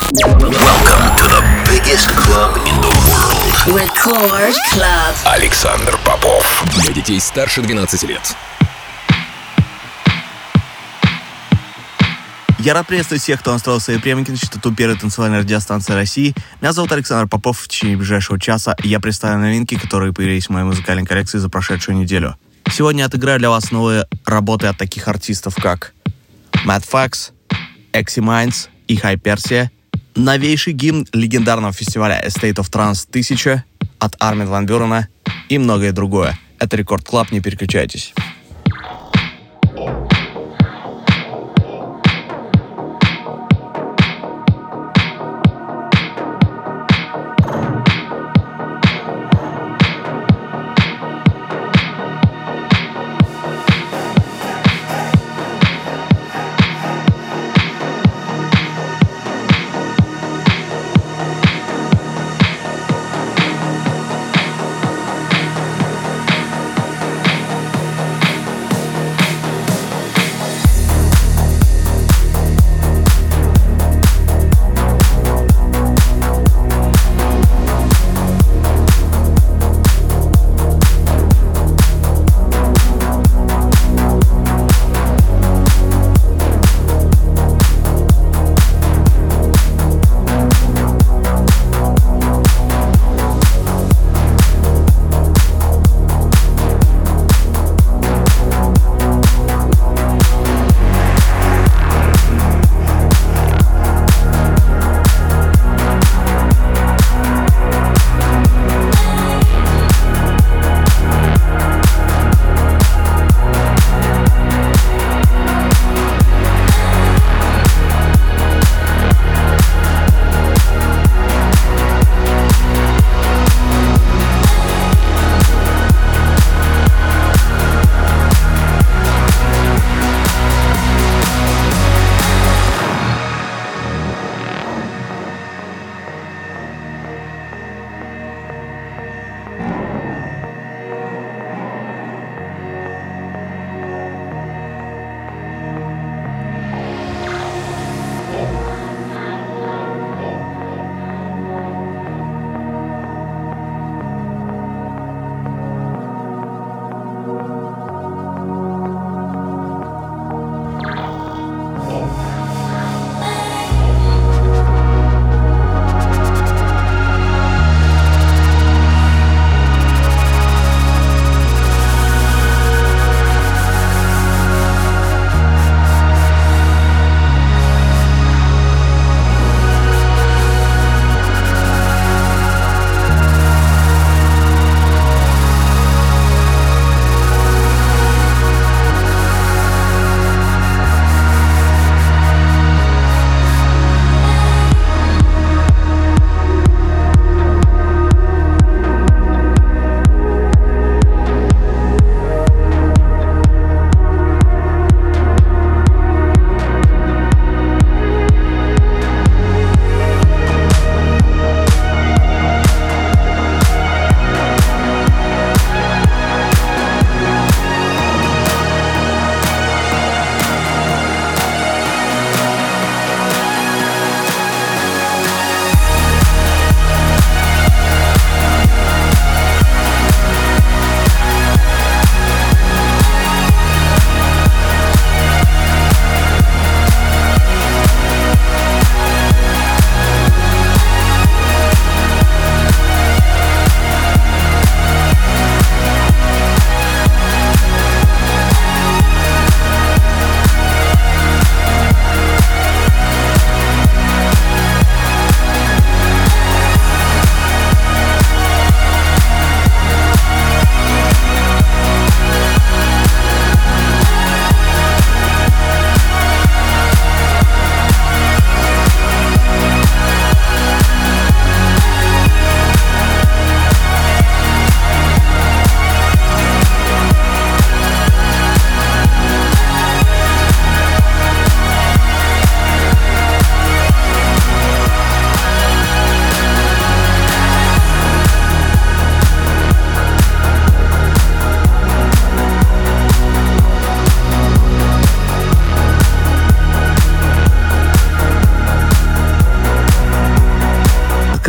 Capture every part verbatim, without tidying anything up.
Welcome to the biggest club in the world. Record Club. Александр Попов. Для детей старше двенадцати лет. Я рад приветствовать всех, кто настроил свои приемники на частоту первой танцевальной радиостанции России. Меня зовут Александр Попов. В течение ближайшего часа я представлю новинки, которые появились в моей музыкальной коллекции за прошедшую неделю. Сегодня отыграю для вас новые работы от таких артистов, как Matt Fax, Exy Minds и Hypersia, новейший гимн легендарного фестиваля A State of Trance тысяча от Армин ван Бюрена и многое другое. Это Рекорд Клаб, не переключайтесь.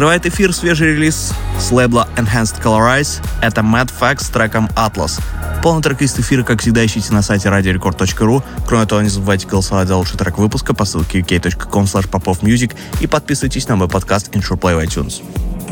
Открывает эфир свежий релиз с лейбла Enhanced Colorize. Это Mad Facts с треком Atlas. Полный трек-лист эфира, как всегда, ищите на сайте радио рекорд точка ру. Кроме того, не забывайте голосовать за лучший трек выпуска по ссылке ю кей точка ком слэш попов мьюзик и подписывайтесь на мой подкаст InSurePlay в iTunes.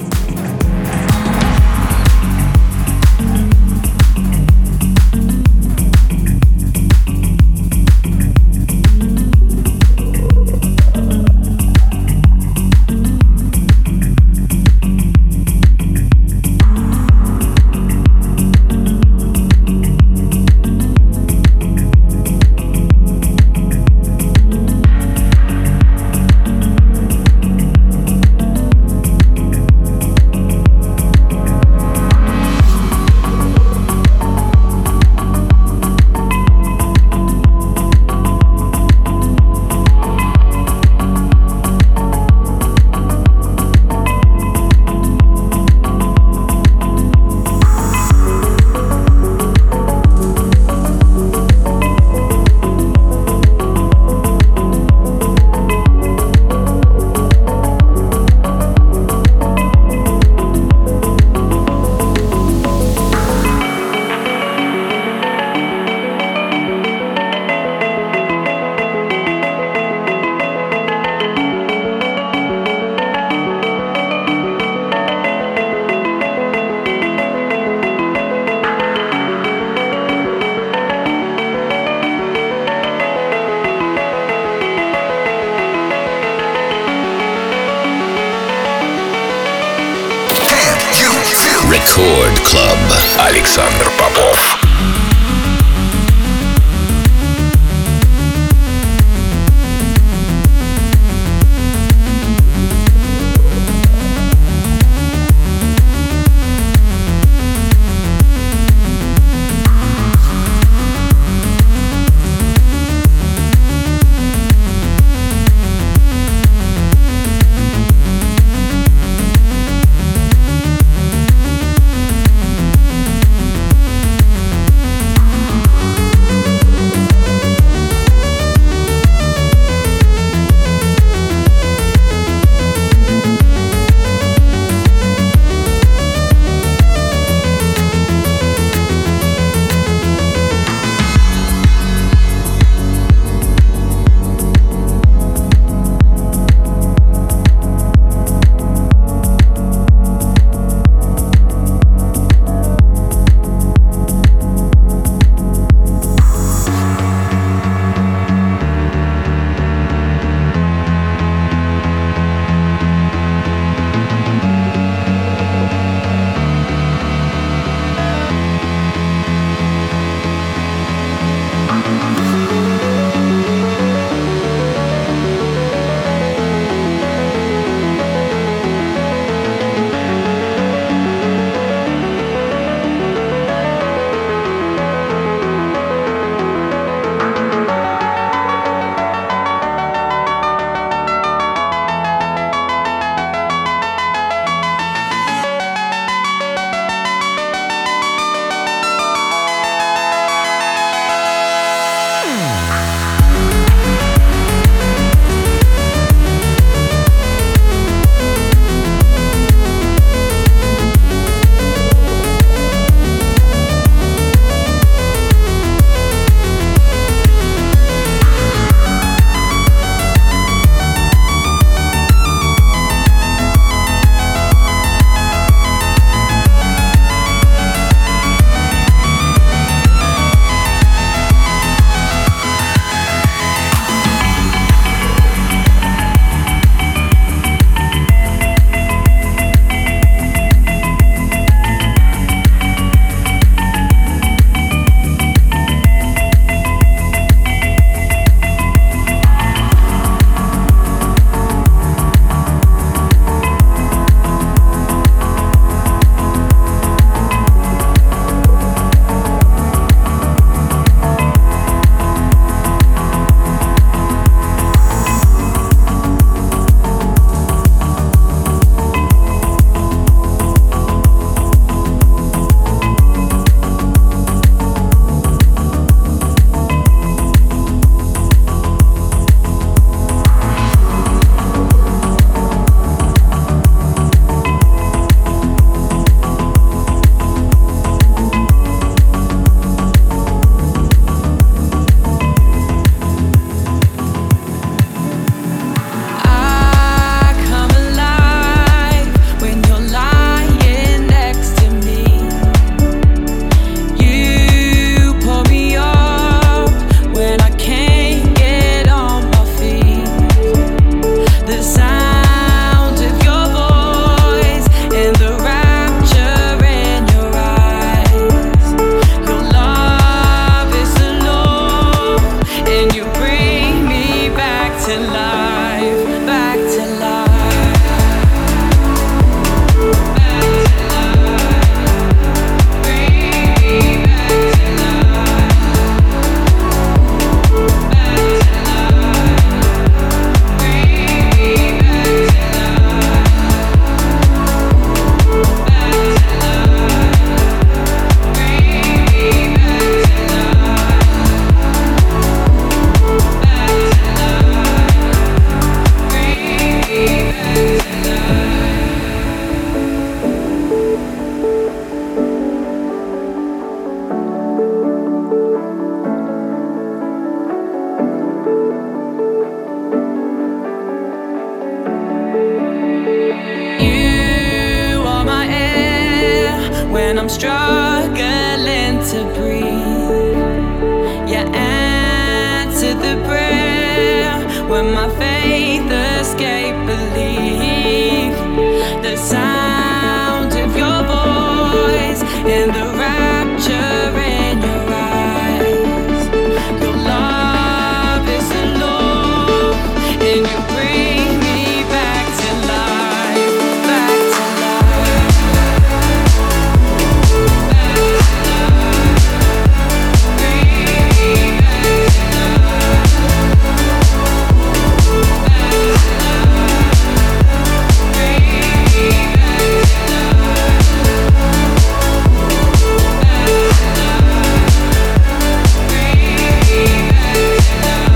Record Club. Александр Попов. when I'm struggling to breathe. You answer the prayer when my faith escape belief. The sound of your voice and the rapture in your eyes. Your love is alone and you bring me back to life, back to life, back to life. Bring me back to life, back to life. Bring me back to life, back to life. Bring me back to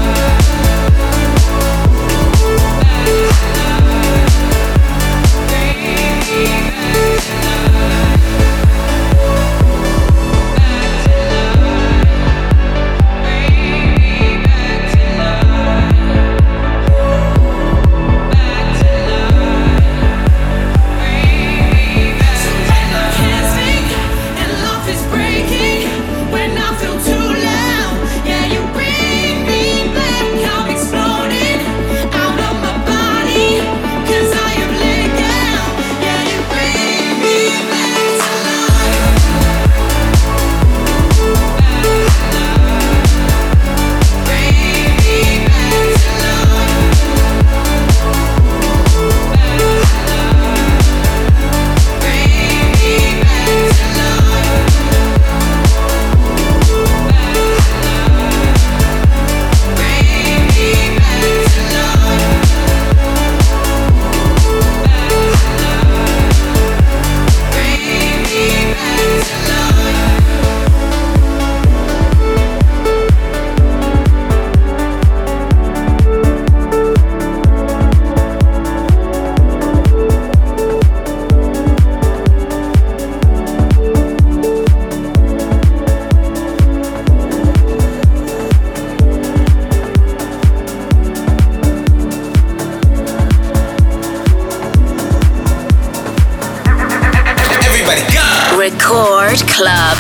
Record Club.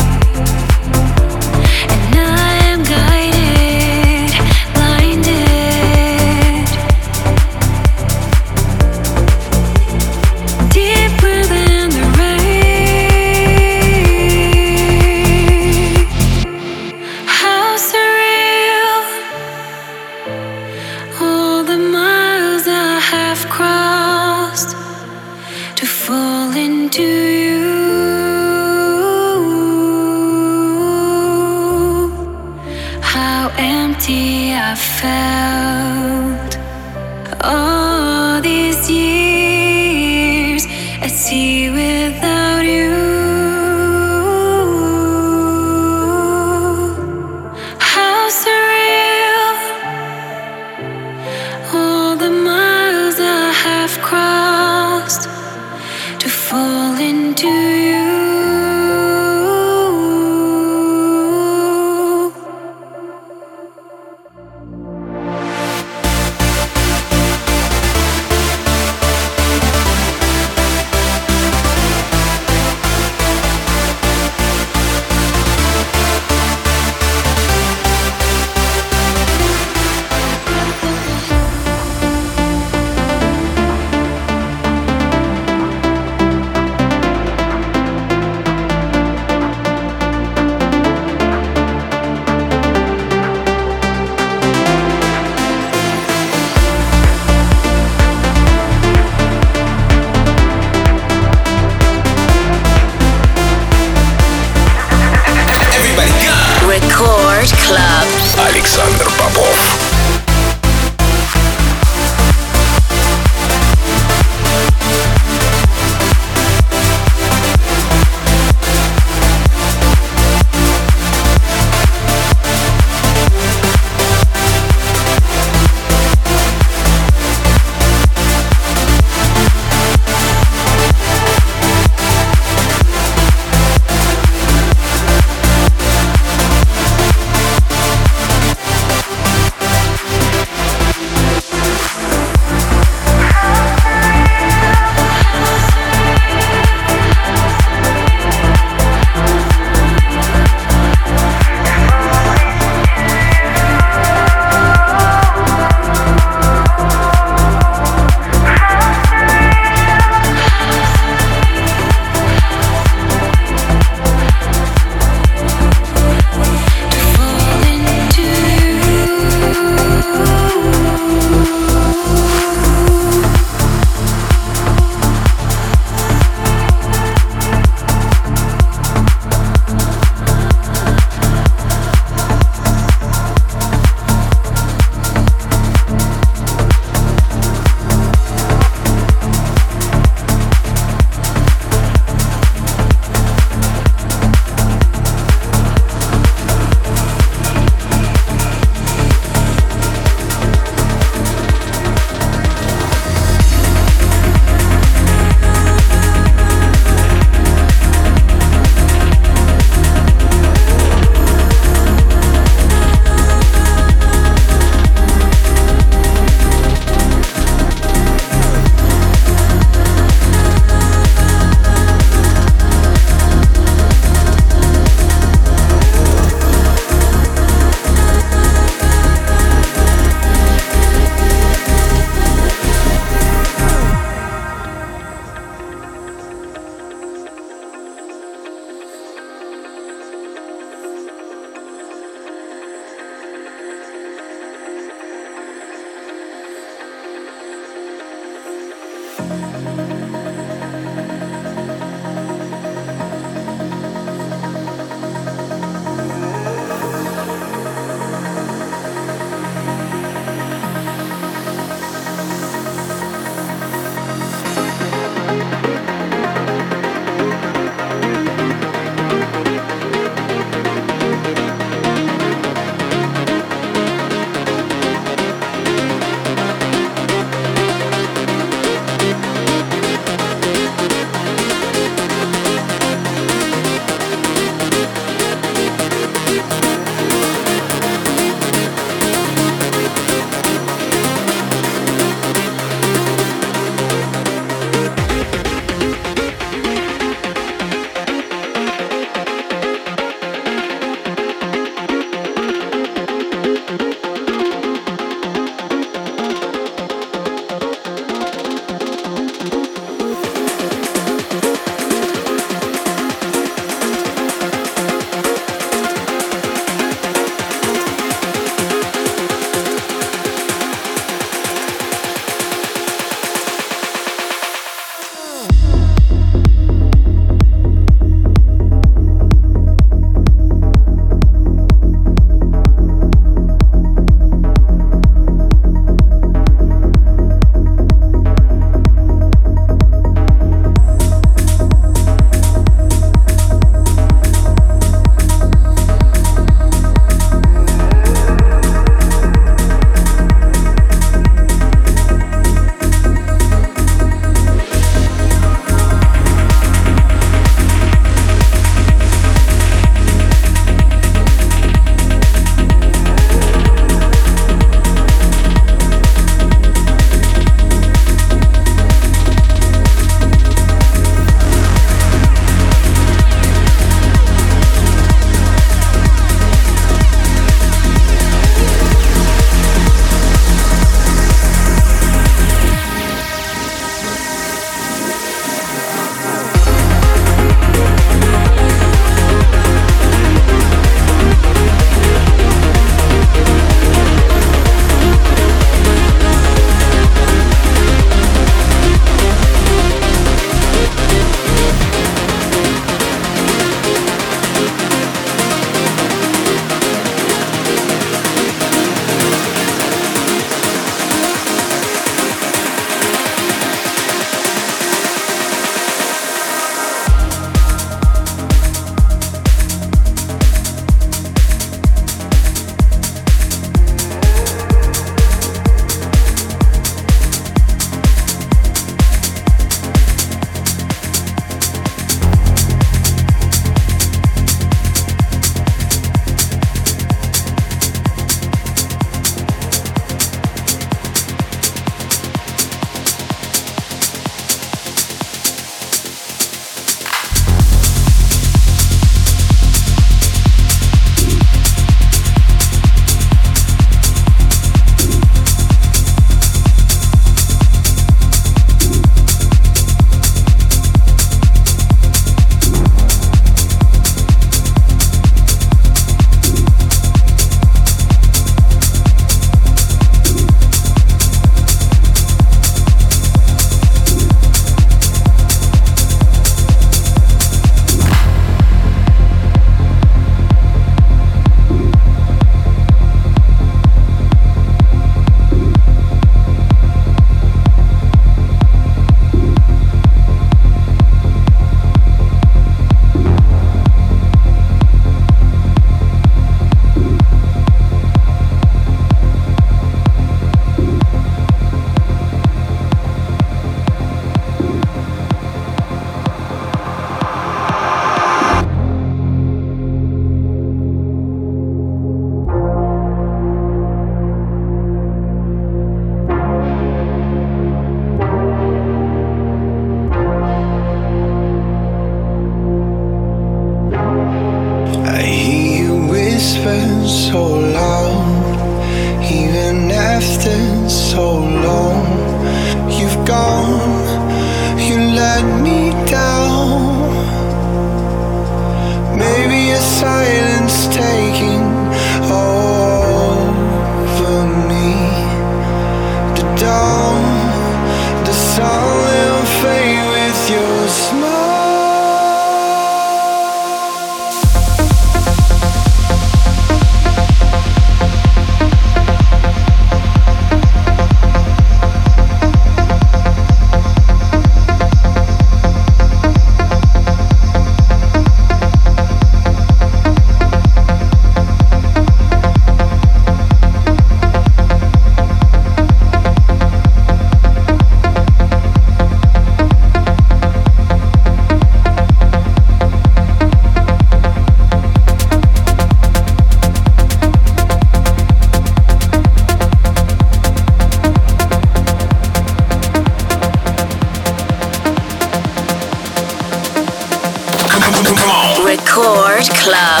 Record Club.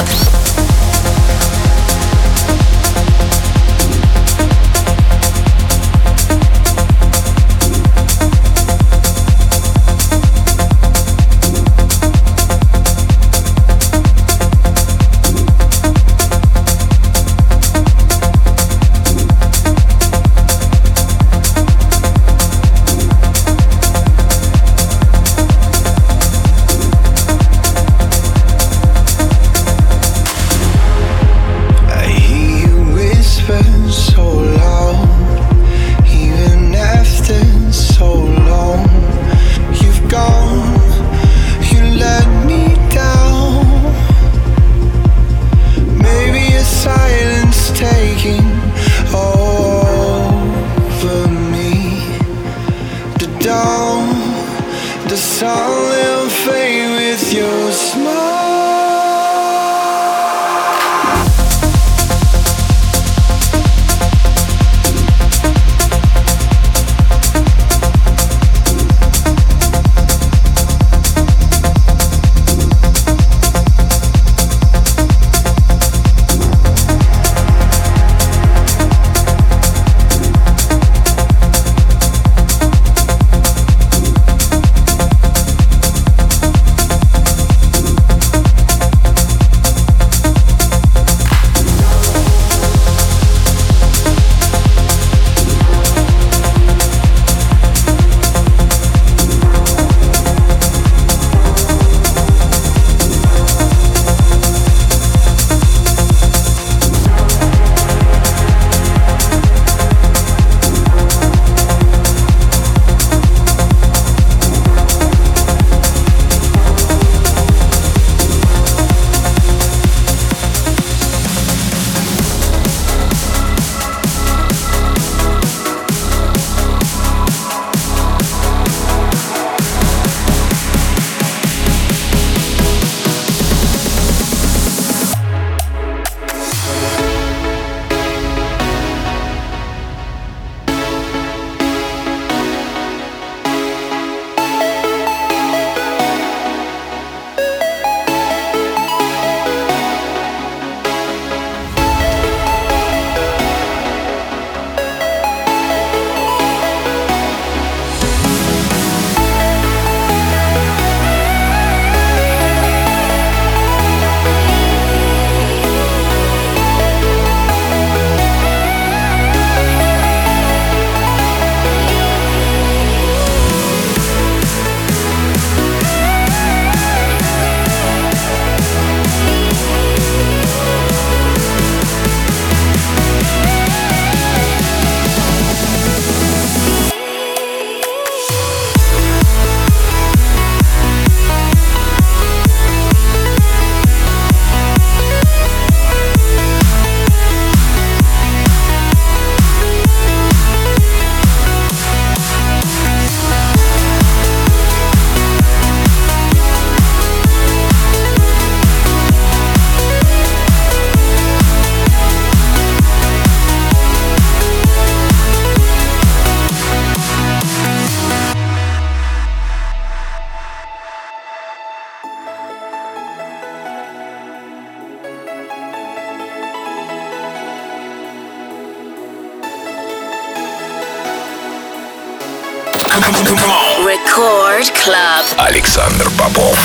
Record Club. Александр Попов.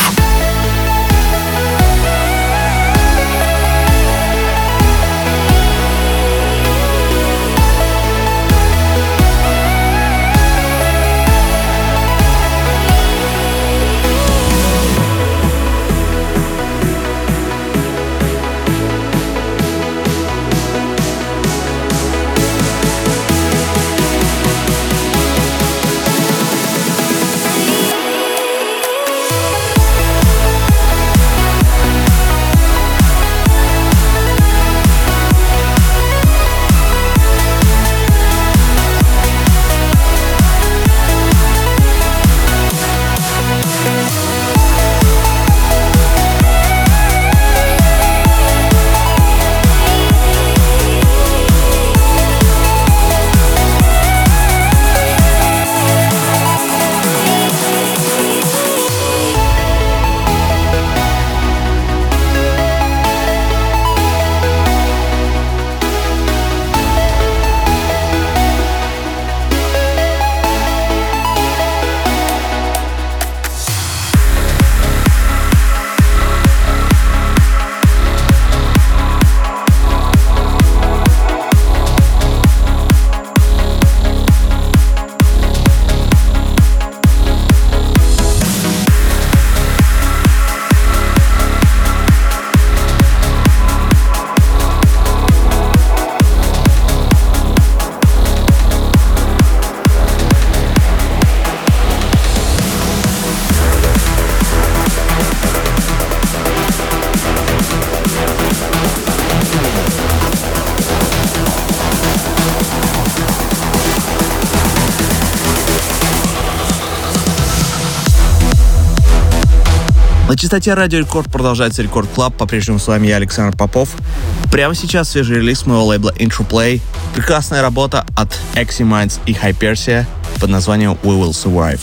На частоте Радио Рекорд продолжается Рекорд Клаб. По-прежнему с вами я, Александр Попов. Прямо сейчас свежий релиз моего лейбла Intro Play. Прекрасная работа от Axie Minds и Hypersia под названием We Will Survive.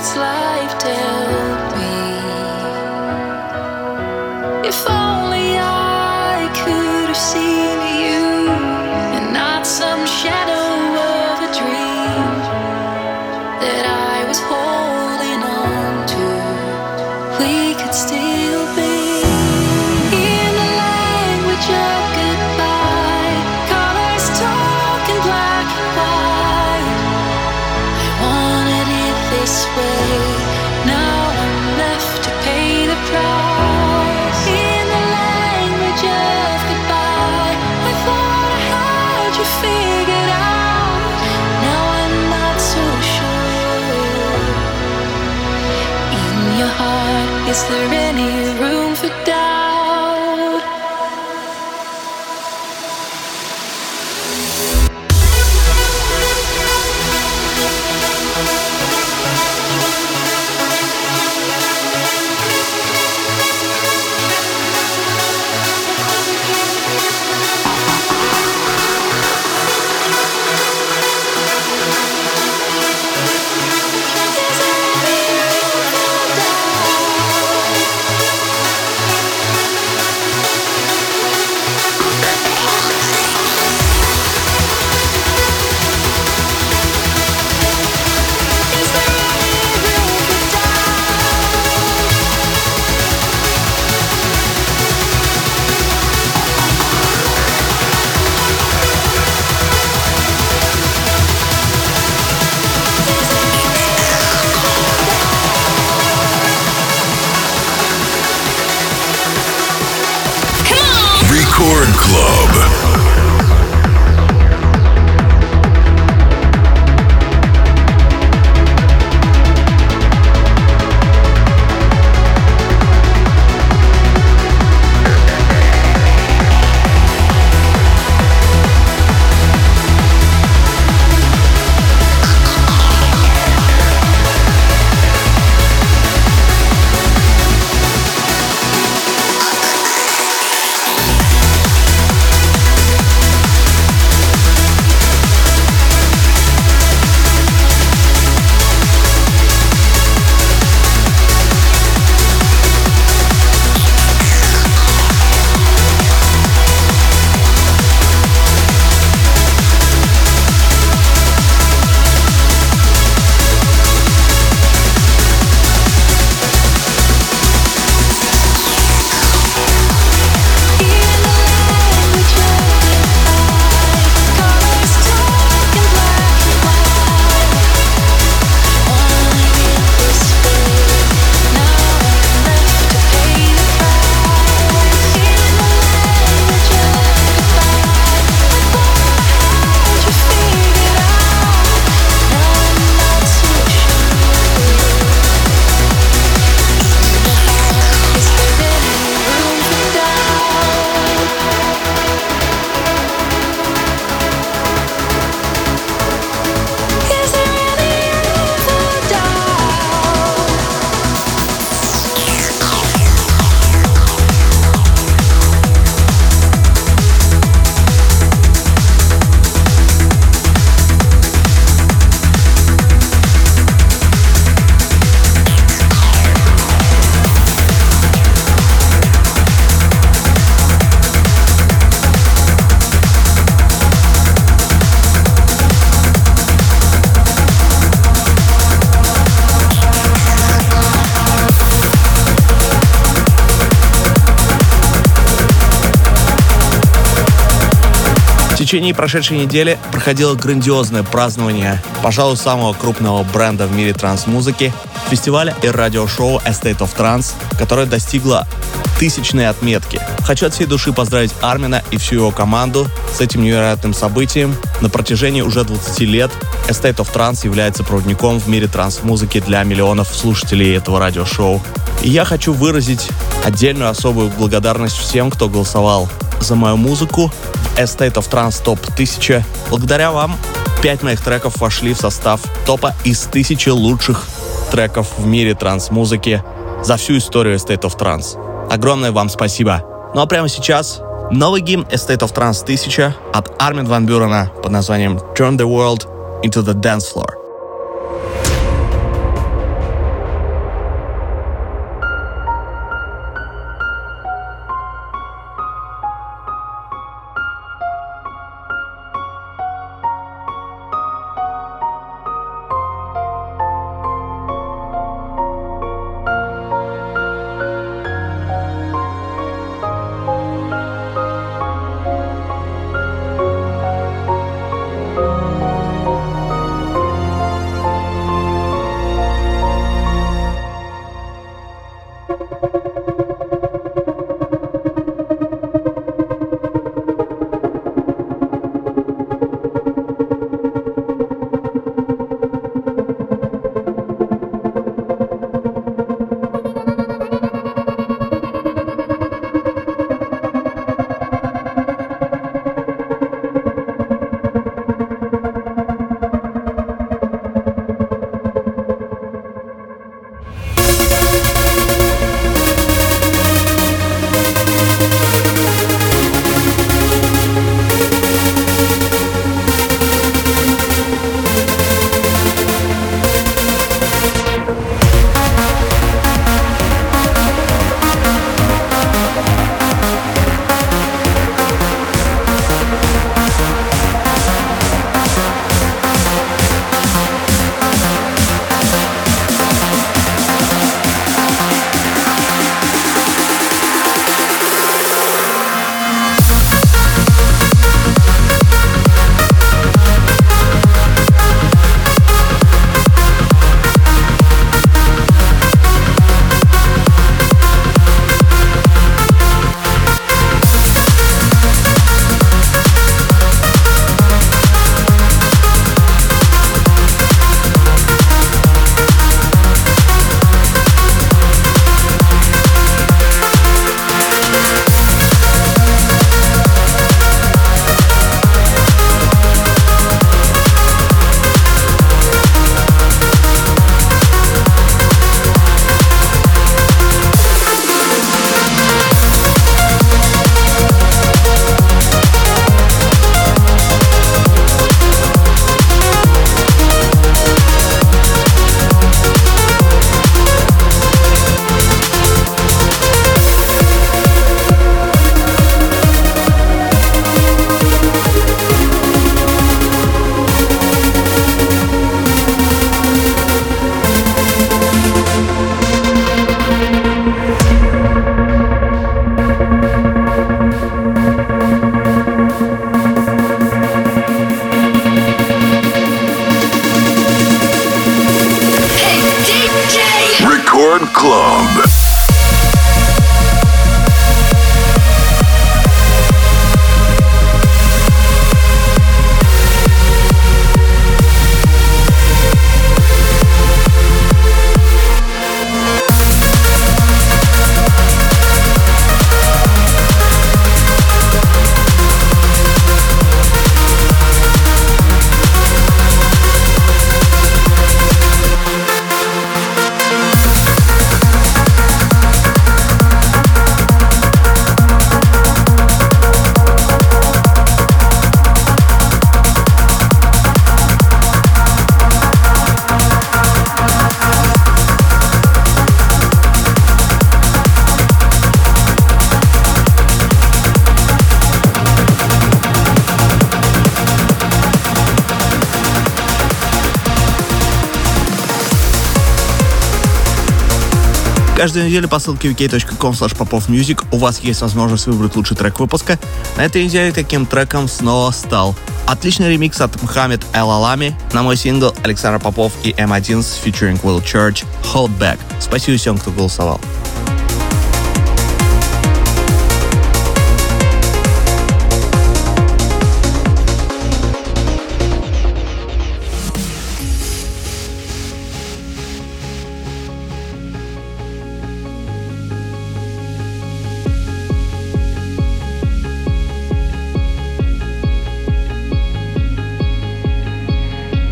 words life dealt me. If only I could have seen you and not some shadow of a dream that I was holding on to. We could still be in the language of goodbye, colors talking black and white. I wanted it this way, now I'm left to pay the price. In the language of goodbye, I thought I had you figured out. Now I'm not so sure. In your heart, is there any room for doubt? Record Club. В течение прошедшей недели проходило грандиозное празднование, пожалуй, самого крупного бренда в мире транс-музыки, фестиваля и радиошоу A State of Trance, которое достигло тысячной отметки. Хочу от всей души поздравить Армина и всю его команду с этим невероятным событием. На протяжении уже двадцати лет A State of Trance является проводником в мире транс-музыки для миллионов слушателей этого радиошоу. И я хочу выразить отдельную особую благодарность всем, кто голосовал за мою музыку в A State of Trance топ тысяча. Благодаря вам пять моих треков вошли в состав топа из тысячи лучших треков в мире транс-музыки за всю историю A State of Trance. Огромное вам спасибо. Ну а прямо сейчас новый гимн A State of Trance тысяча от Армин ван Бюрена под названием Turn the World into the Dance Floor. Record Club. Каждую неделю по ссылке ви кей точка ком слэш попов мьюзик у вас есть возможность выбрать лучший трек выпуска. На этой неделе таким треком снова стал отличный ремикс от Мухаммед Эл-Алами на мой сингл Александр Попов и эм один с featuring Will Church Hold Back. Спасибо всем, кто голосовал.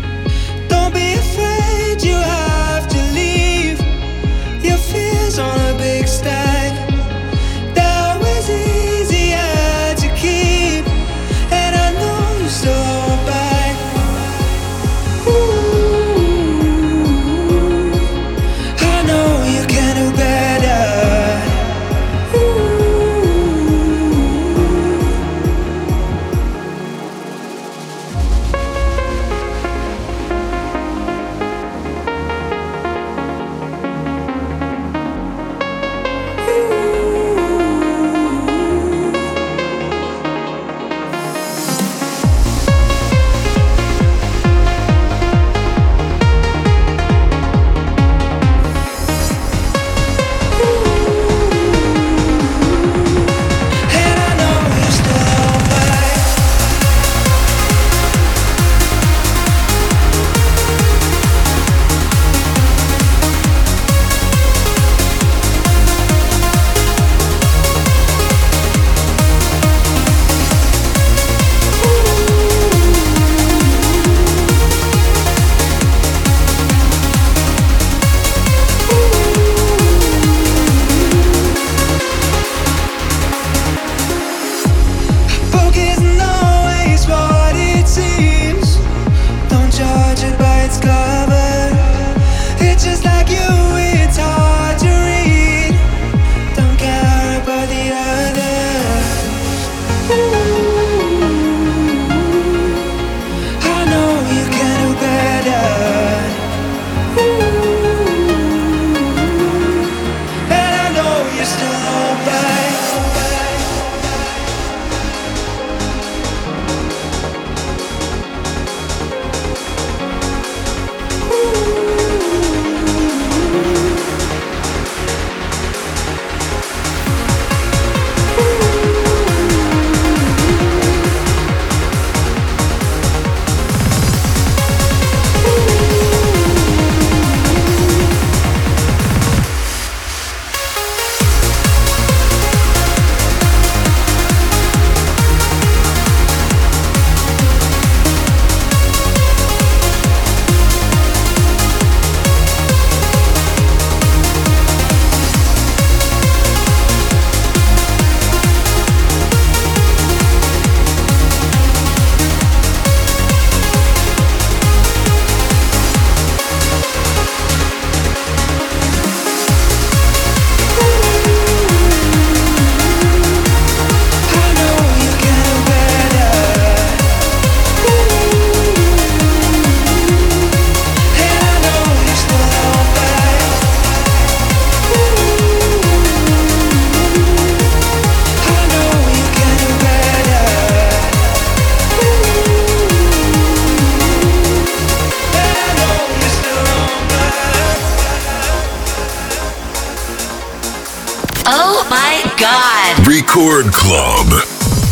Don't be afraid, you have to leave. Your fears on a Record Club.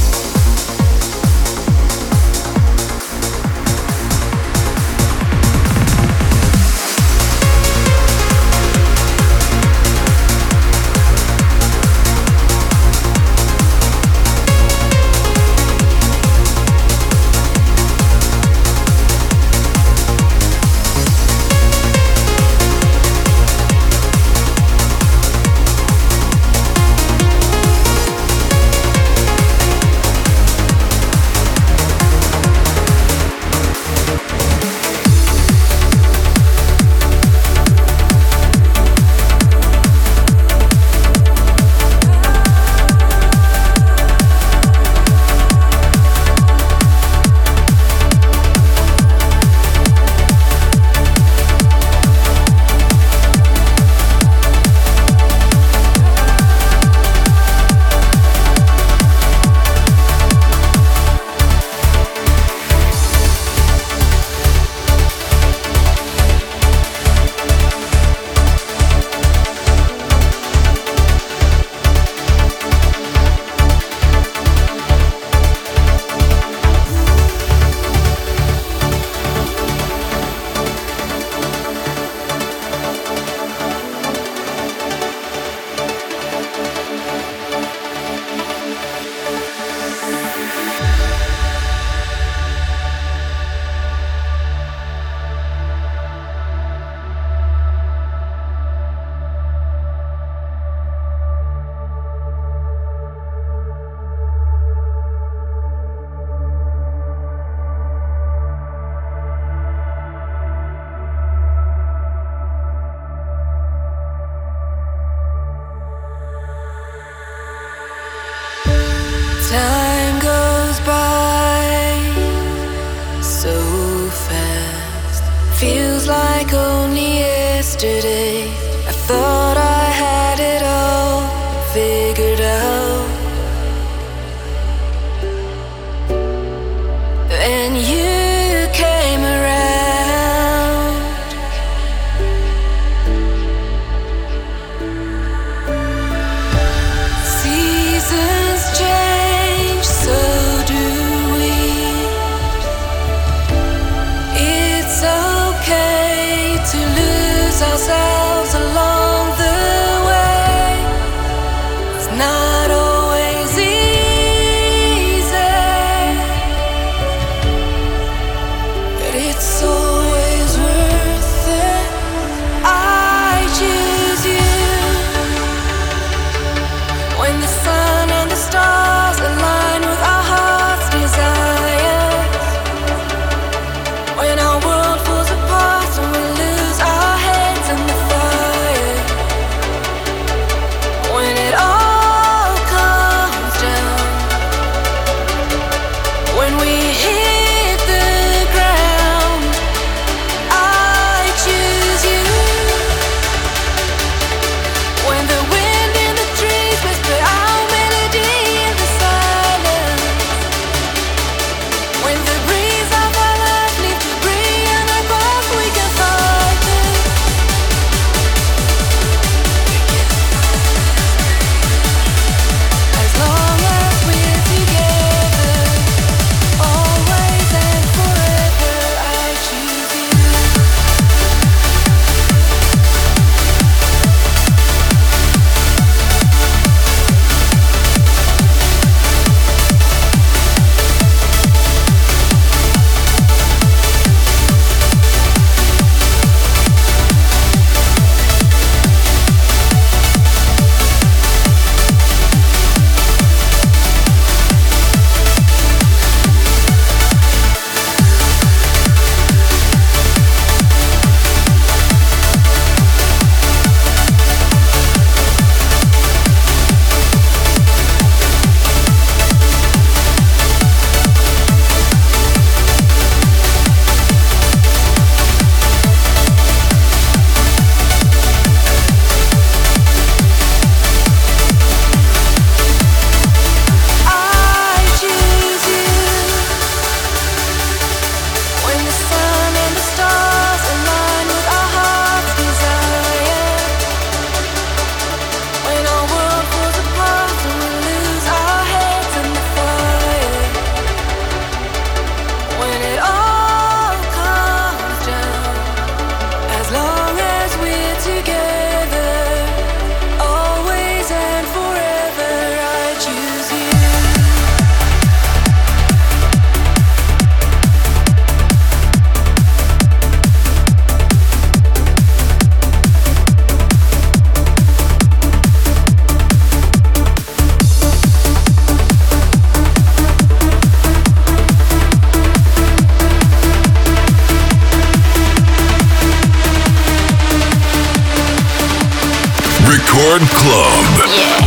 Time goes by so fast. Feels like only yesterday I thought I had it all figured out. And you came around. Seasons change, so do we. It's okay to lose ourselves along the Record Club. Yeah.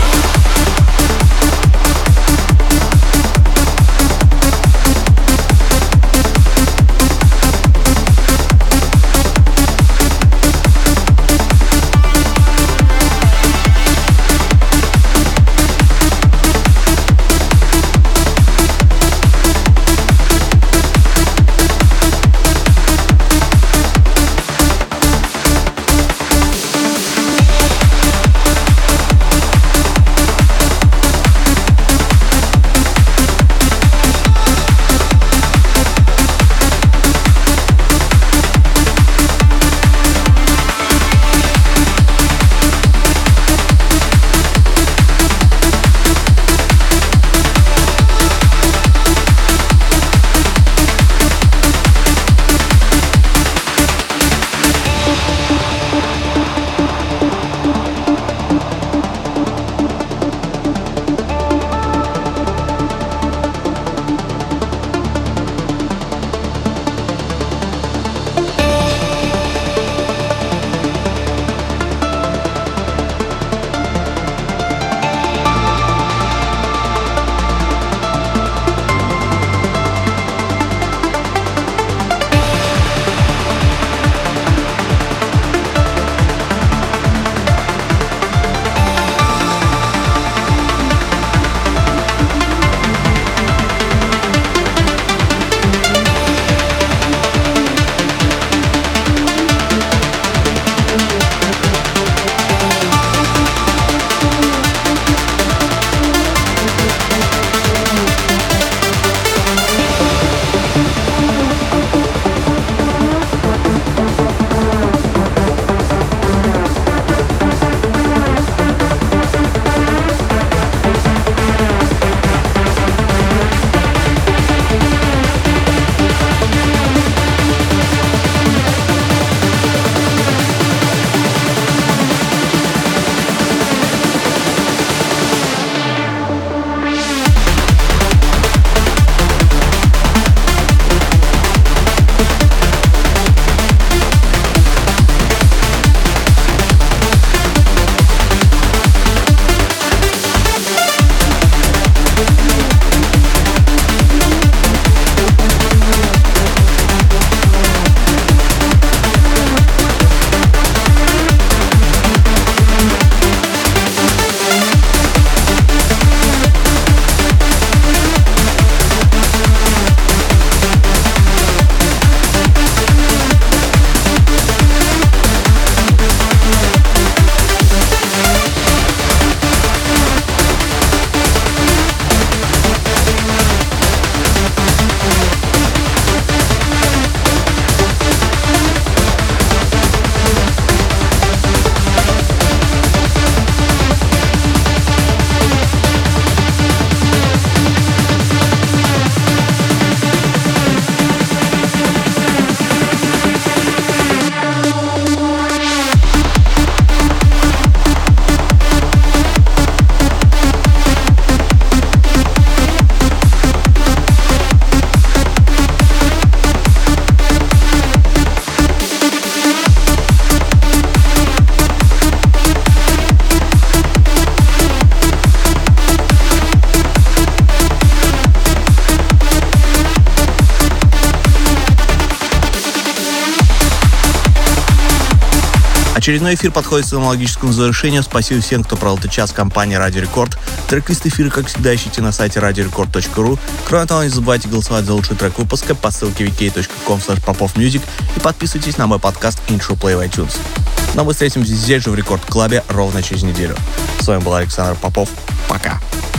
Очередной эфир подходит к своему логическому завершению. Спасибо всем, кто провел этот час в компании Радио Рекорд. Трек-лист эфира, как всегда, ищите на сайте радио рекорд точка ру. Кроме того, не забывайте голосовать за лучший трек выпуска по ссылке ви кей точка ком слэш попов-мьюзик и подписывайтесь на мой подкаст Intro Play в iTunes. Но мы встретимся здесь же в Рекорд Клабе ровно через неделю. С вами был Александр Попов. Пока.